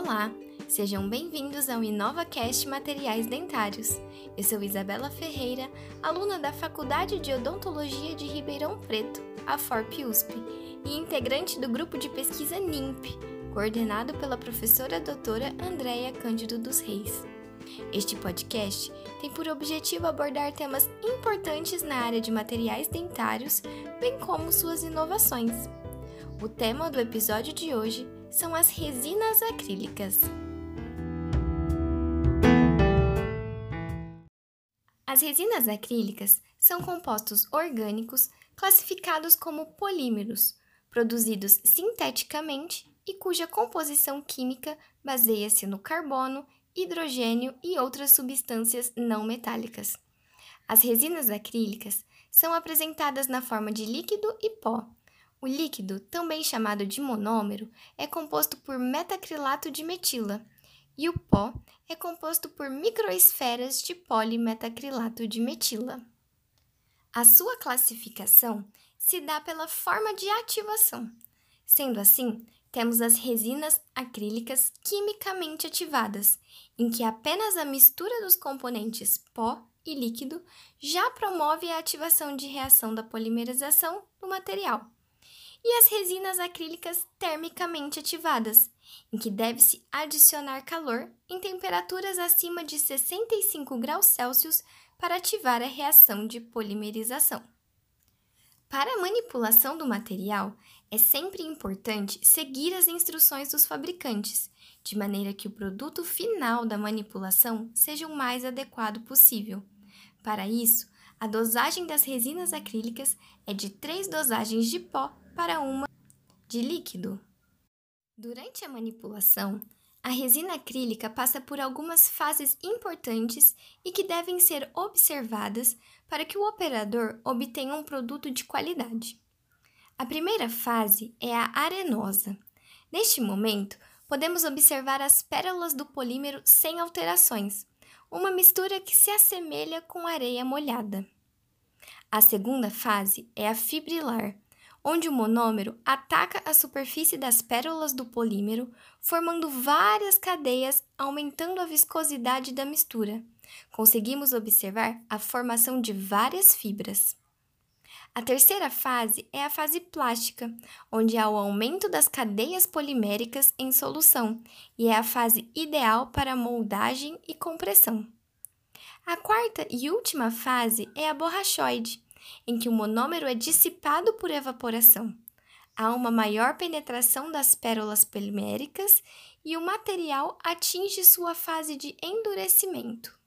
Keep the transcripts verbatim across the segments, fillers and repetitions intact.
Olá, sejam bem-vindos ao InovaCast Materiais Dentários. Eu sou Isabela Ferreira, aluna da Faculdade de Odontologia de Ribeirão Preto, a F O R P U S P, e integrante do grupo de pesquisa N I M P, coordenado pela professora doutora Andréia Cândido dos Reis. Este podcast tem por objetivo abordar temas importantes na área de materiais dentários, bem como suas inovações. O tema do episódio de hoje são as resinas acrílicas. As resinas acrílicas são compostos orgânicos classificados como polímeros, produzidos sinteticamente e cuja composição química baseia-se no carbono, hidrogênio e outras substâncias não metálicas. As resinas acrílicas são apresentadas na forma de líquido e pó. O líquido, também chamado de monômero, é composto por metacrilato de metila, e o pó é composto por microesferas de polimetacrilato de metila. A sua classificação se dá pela forma de ativação. Sendo assim, temos as resinas acrílicas quimicamente ativadas, em que apenas a mistura dos componentes pó e líquido já promove a ativação de reação da polimerização do material. E as resinas acrílicas termicamente ativadas, em que deve-se adicionar calor em temperaturas acima de sessenta e cinco graus Celsius para ativar a reação de polimerização. Para a manipulação do material, é sempre importante seguir as instruções dos fabricantes, de maneira que o produto final da manipulação seja o mais adequado possível. Para isso, a dosagem das resinas acrílicas é de três dosagens de pó para uma de líquido. Durante a manipulação, a resina acrílica passa por algumas fases importantes e que devem ser observadas para que o operador obtenha um produto de qualidade. A primeira fase é a arenosa. Neste momento, podemos observar as pérolas do polímero sem alterações, uma mistura que se assemelha com areia molhada. A segunda fase é a fibrilar, onde o monômero ataca a superfície das pérolas do polímero, formando várias cadeias, aumentando a viscosidade da mistura. Conseguimos observar a formação de várias fibras. A terceira fase é a fase plástica, onde há o aumento das cadeias poliméricas em solução, e é a fase ideal para moldagem e compressão. A quarta e última fase é a borrachoide, em que o monômero é dissipado por evaporação. Há uma maior penetração das pérolas poliméricas e o material atinge sua fase de endurecimento.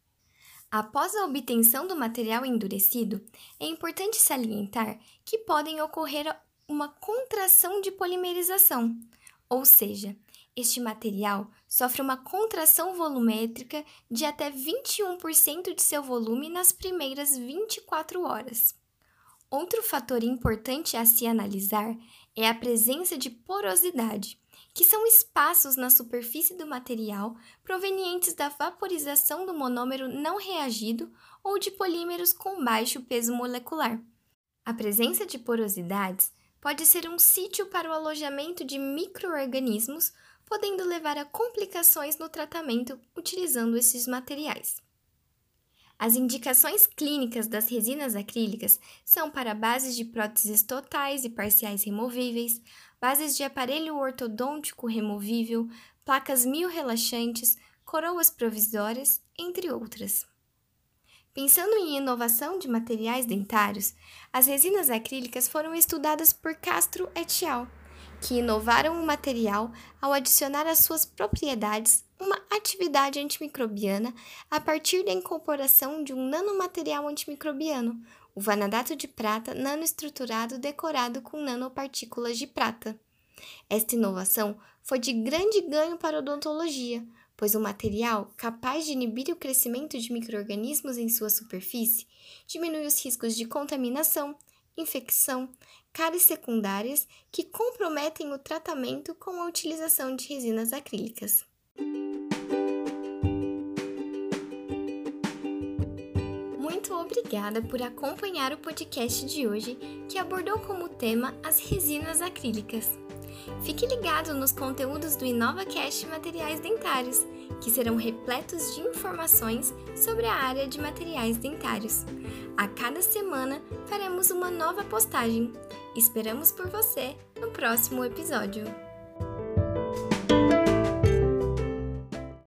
Após a obtenção do material endurecido, é importante salientar que podem ocorrer uma contração de polimerização, ou seja, este material sofre uma contração volumétrica de até vinte e um por cento de seu volume nas primeiras vinte e quatro horas. Outro fator importante a se analisar é a presença de porosidade, que são espaços na superfície do material provenientes da vaporização do monômero não reagido ou de polímeros com baixo peso molecular. A presença de porosidades pode ser um sítio para o alojamento de micro-organismos, podendo levar a complicações no tratamento utilizando esses materiais. As indicações clínicas das resinas acrílicas são para bases de próteses totais e parciais removíveis, bases de aparelho ortodôntico removível, placas mio-relaxantes, coroas provisórias, entre outras. Pensando em inovação de materiais dentários, as resinas acrílicas foram estudadas por Castro et al., que inovaram o material ao adicionar às suas propriedades uma atividade antimicrobiana a partir da incorporação de um nanomaterial antimicrobiano, o vanadato de prata nanoestruturado decorado com nanopartículas de prata. Esta inovação foi de grande ganho para a odontologia, pois o material, capaz de inibir o crescimento de micro-organismos em sua superfície, diminui os riscos de contaminação, infecção, cáries secundárias que comprometem o tratamento com a utilização de resinas acrílicas. Muito obrigada por acompanhar o podcast de hoje, que abordou como tema as resinas acrílicas. Fique ligado nos conteúdos do InovaCast Materiais Dentários, que serão repletos de informações sobre a área de materiais dentários. A cada semana faremos uma nova postagem. Esperamos por você no próximo episódio.